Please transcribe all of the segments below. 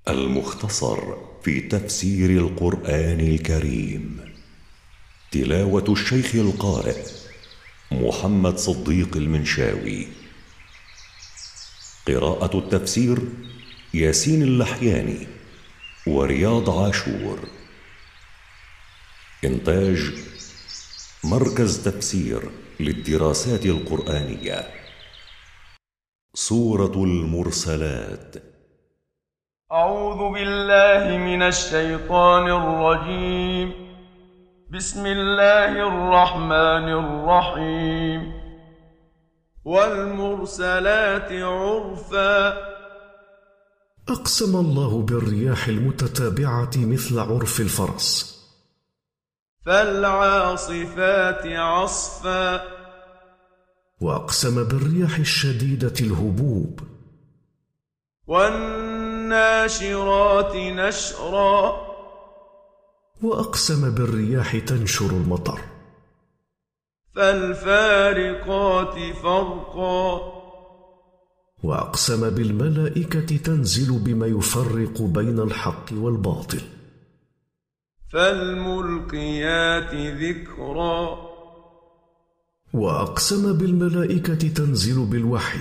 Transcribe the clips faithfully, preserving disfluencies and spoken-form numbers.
المختصر في تفسير القرآن الكريم. تلاوة الشيخ القارئ محمد صديق المنشاوي. قراءة التفسير ياسين اللحياني ورياض عاشور. إنتاج مركز تفسير للدراسات القرآنية. سورة المرسلات. أعوذ بالله من الشيطان الرجيم. بسم الله الرحمن الرحيم. والمرسلات عرفا. أقسم الله بالرياح المتتابعة مثل عرف الفرس. فالعاصفات عصفا. وأقسم بالرياح الشديدة الهبوب. والناشرات نشرا. وأقسم بالرياح تنشر المطر. فالفارقات فرقا. وأقسم بالملائكة تنزل بما يفرق بين الحق والباطل. فالملقيات ذكرا. وأقسم بالملائكة تنزل بالوحي.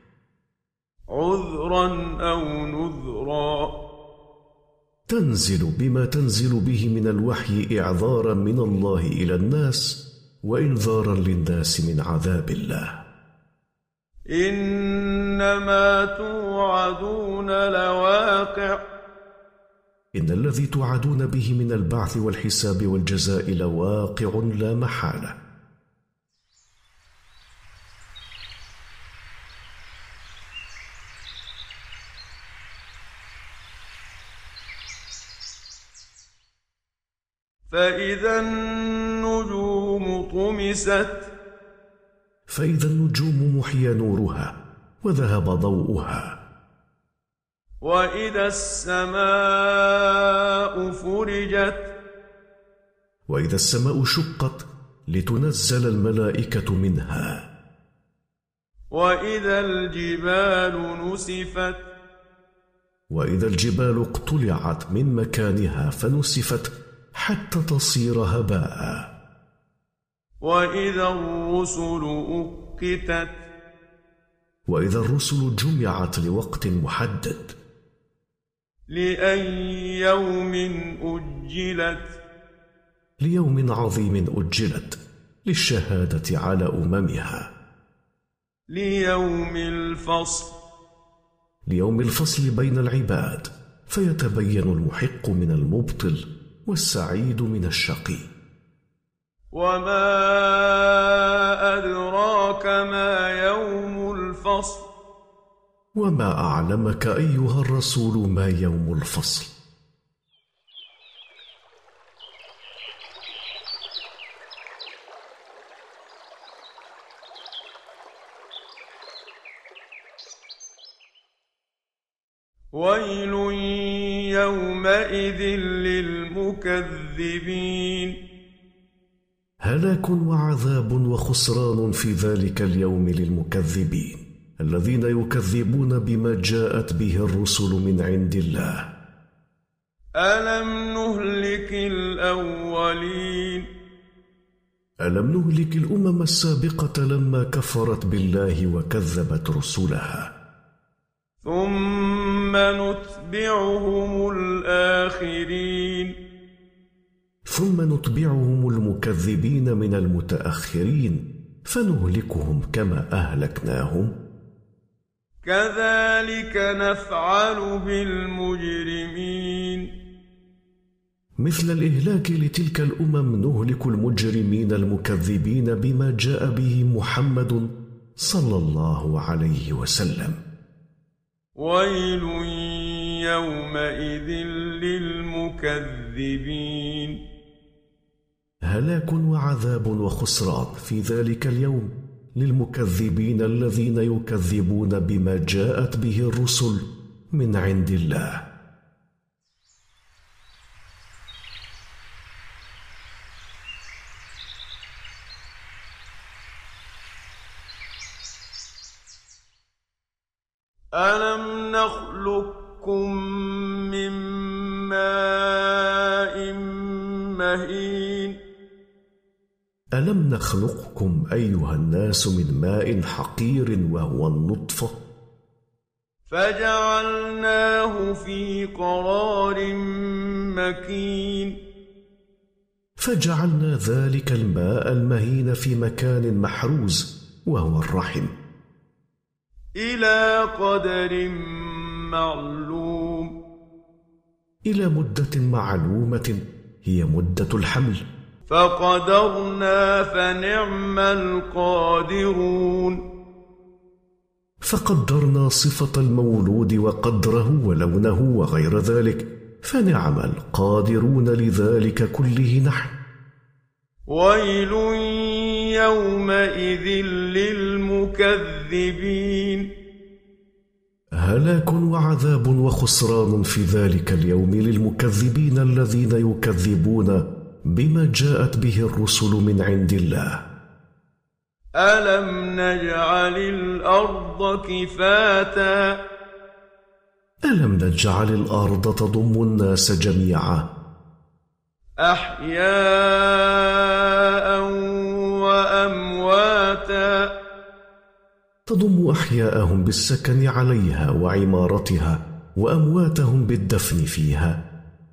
عذرا أو نذرا. تنزل بما تنزل به من الوحي إعذارا من الله إلى الناس وإنذارا للناس من عذاب الله. إنما توعدون لواقع. إن الذي توعدون به من البعث والحساب والجزاء لواقع لا محالة. فإذا النجوم طمست. فإذا النجوم محي نورها وذهب ضوءها. وإذا السماء فرجت. وإذا السماء شقت لتنزل الملائكة منها. وإذا الجبال نسفت. وإذا الجبال اقتلعت من مكانها فنسفت حتى تصير هباء. وإذا الرسل أقتت. وإذا الرسل جمعت لوقت محدد. لأي يوم أجلت. ليوم عظيم أجلت للشهادة على أممها. ليوم الفصل. ليوم الفصل بين العباد فيتبين المحق من المبطل والسعيد من الشقي. وما أدراك ما يوم الفصل. وما أعلمك أيها الرسول ما يوم الفصل. ويل يومئذ للمكذبين. هلاك وعذاب وخسران في ذلك اليوم للمكذبين الذين يكذبون بما جاءت به الرسل من عند الله. ألم نهلك الأولين. ألم نهلك الأمم السابقة لما كفرت بالله وكذبت رسلها. ثم نتبعهم الآخرين. ثم نتبعهم المكذبين من المتأخرين فنهلكهم كما أهلكناهم. كذلك نفعل بالمجرمين. مثل الإهلاك لتلك الأمم نهلك المجرمين المكذبين بما جاء به محمد صلى الله عليه وسلم. ويل يومئذ للمكذبين. هلاك وعذاب وخسران في ذلك اليوم للمكذبين الذين يكذبون بما جاءت به الرسل من عند الله. ألم نخلق نخلقكم من ماء مهين ألم نخلقكم أيها الناس من ماء حقير وهو النطفة فجعلناه في قرار مكين فجعلنا ذلك الماء المهين في مكان محروز وهو الرحم إلى قدر معلوم إلى مدة معلومة هي مدة الحمل فقدرنا فنعم القادرون فقدرنا صفة المولود وقدره ولونه وغير ذلك فنعم القادرون لذلك كله نحن ويل يومئذ للمكذبين هلاك وعذاب وخسران في ذلك اليوم للمكذبين الذين يكذبون بما جاءت به الرسل من عند الله ألم نجعل الأرض كفاتا ألم نجعل الأرض تضم الناس جميعا أحياء وأمواتا تضم أحياءهم بالسكن عليها وعمارتها وأمواتهم بالدفن فيها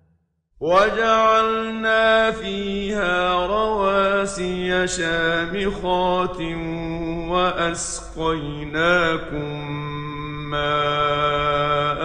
وجعلنا فيها رواسي شامخات وأسقيناكم ماء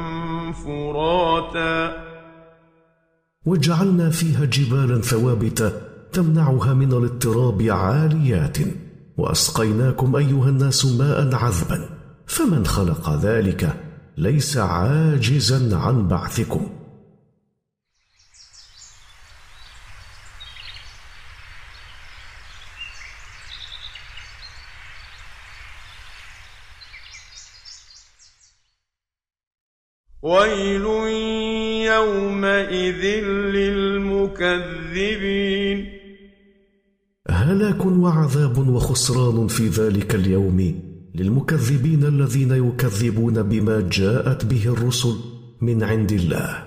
فراتا وجعلنا فيها جبالا ثوابت تمنعها من الاضطراب عاليات وأسقيناكم أيها الناس ماء عذبا فمن خلق ذلك ليس عاجزا عن بعثكم ويل يومئذ للمكذبين هلاك وعذاب وخسران في ذلك اليوم للمكذبين الذين يكذبون بما جاءت به الرسل من عند الله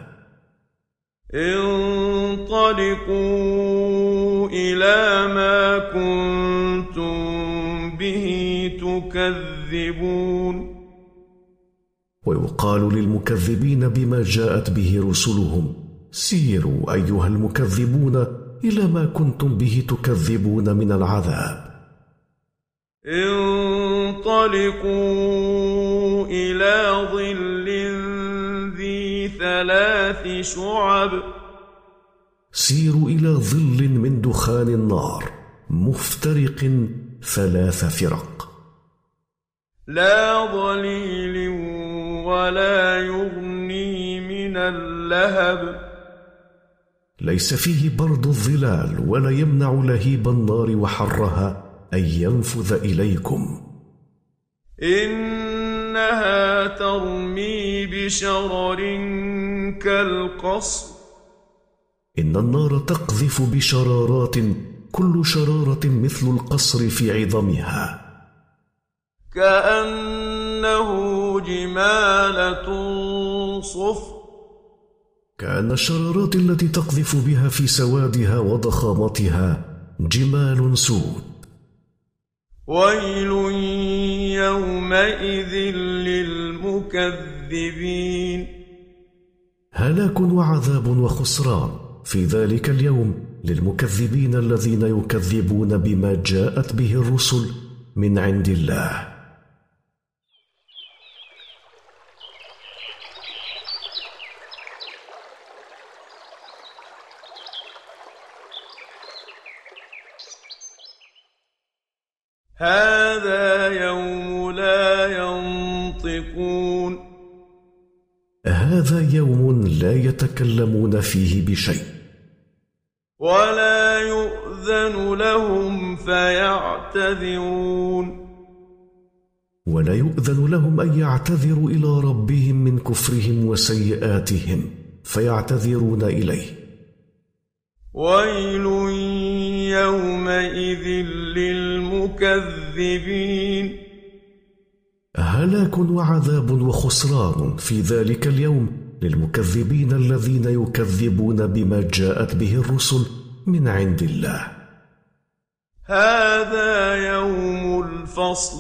انطلقوا إلى ما كنتم به تكذبون ويقال للمكذبين بما جاءت به رسلهم سيروا أيها المكذبون إلى ما كنتم به تكذبون من العذاب انطلقوا إلى ظل ذي ثلاث شعب سيروا إلى ظل من دخان النار مفترق ثلاث فرق لا ظليل ولا يغني من اللهب ليس فيه برد الظلال ولا يمنع لهيب النار وحرها أن ينفذ إليكم إنها ترمي بشرر كالقصر إن النار تقذف بشرارات كل شرارة مثل القصر في عظمها كأنه جمالة صفر كأن الشرارات التي تقذف بها في سوادها وضخامتها جمال سود ويل يومئذ للمكذبين هلاك وعذاب وخسران في ذلك اليوم للمكذبين الذين يكذبون بما جاءت به الرسل من عند الله هذا يوم لا ينطقون هذا يوم لا يتكلمون فيه بشيء ولا يؤذن لهم فيعتذرون ولا يؤذن لهم أن يعتذروا إلى ربهم من كفرهم وسيئاتهم فيعتذرون إليه ويل يومئذ للمكذبين هلاك وعذاب وخسران في ذلك اليوم للمكذبين الذين يكذبون بما جاءت به الرسل من عند الله. هذا يوم الفصل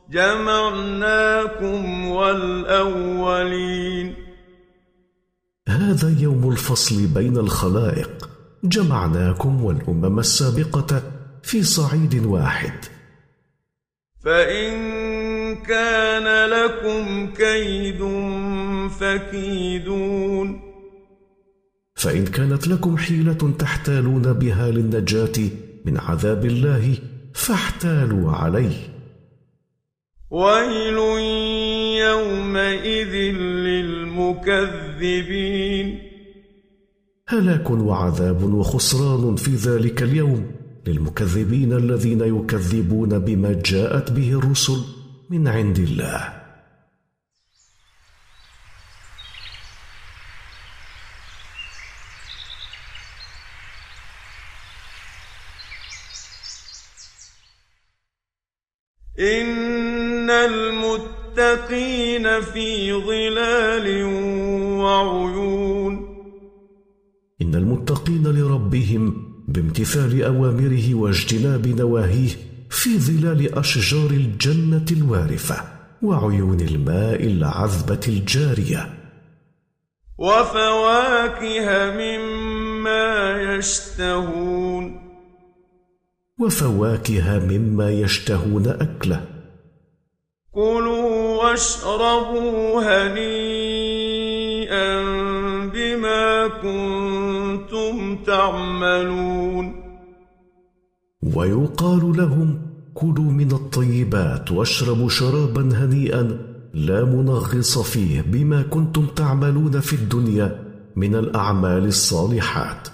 جمعناكم والأولين. هذا يوم الفصل بين الخلائق، جمعناكم والأمم السابقة في صعيد واحد. فإن كان لكم كيد فكيدون. فإن كانت لكم حيلة تحتالون بها للنجاة من عذاب الله فاحتالوا عليه. ويل يومئذ للمكذبين. هلاك وعذاب وخسران في ذلك اليوم للمكذبين الذين يكذبون بما جاءت به الرسل من عند الله. إن المتقين في ظلال وعيون. إن المتقين لربهم بامتثال أوامره واجتناب نواهيه في ظلال أشجار الجنة الوارفة وعيون الماء العذبة الجارية. وفواكه مما يشتهون. وفواكه مما يشتهون أكله. كلوا واشربوا هنيئا بما كنتم تعملون. ويقال لهم كلوا من الطيبات واشربوا شرابا هنيئا لا منغص فيه بما كنتم تعملون في الدنيا من الأعمال الصالحات.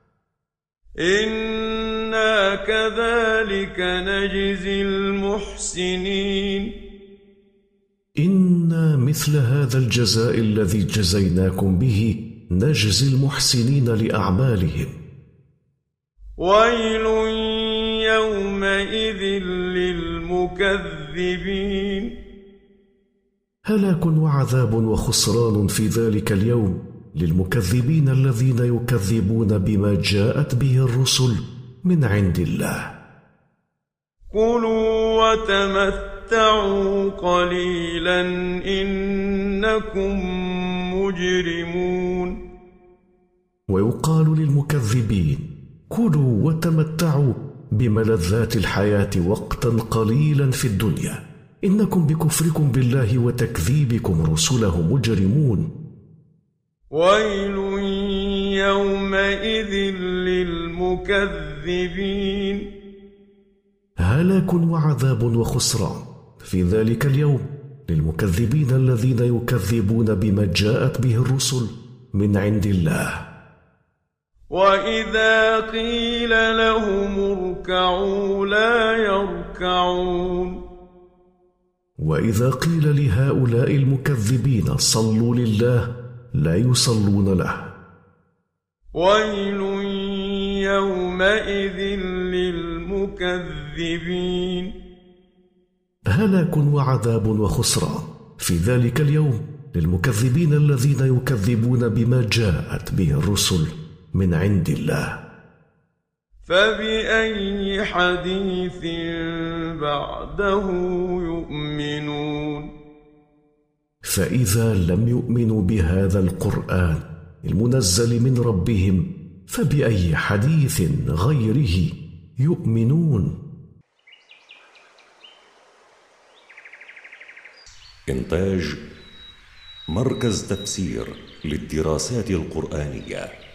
إنا كذلك نجزي المحسنين. إنا مثل هذا الجزاء الذي جزيناكم به نجزي المحسنين لأعمالهم. ويل يومئذ للمكذبين. هلاك وعذاب وخسران في ذلك اليوم للمكذبين الذين يكذبون بما جاءت به الرسل من عند الله. كلوا وتمتعوا قليلا إنكم مجرمون. ويقال للمكذبين كلوا وتمتعوا بملذات الحياة وقتا قليلا في الدنيا إنكم بكفركم بالله وتكذيبكم رسله مجرمون. ويل يومئذ للمكذبين. هلاك وعذاب وخسران في ذلك اليوم للمكذبين الذين يكذبون بما جاءت به الرسل من عند الله. وإذا قيل لهم اركعوا لا يركعون. وإذا قيل لهؤلاء المكذبين صلوا لله لا يصلون له. ويل يومئذ للمكذبين. هلاك وعذاب وخسران في ذلك اليوم للمكذبين الذين يكذبون بما جاءت به الرسل من عند الله. فبأي حديث بعده يؤمنون. فإذا لم يؤمنوا بهذا القرآن المنزل من ربهم فبأي حديث غيره يؤمنون. إنتاج مركز تفسير للدراسات القرآنية.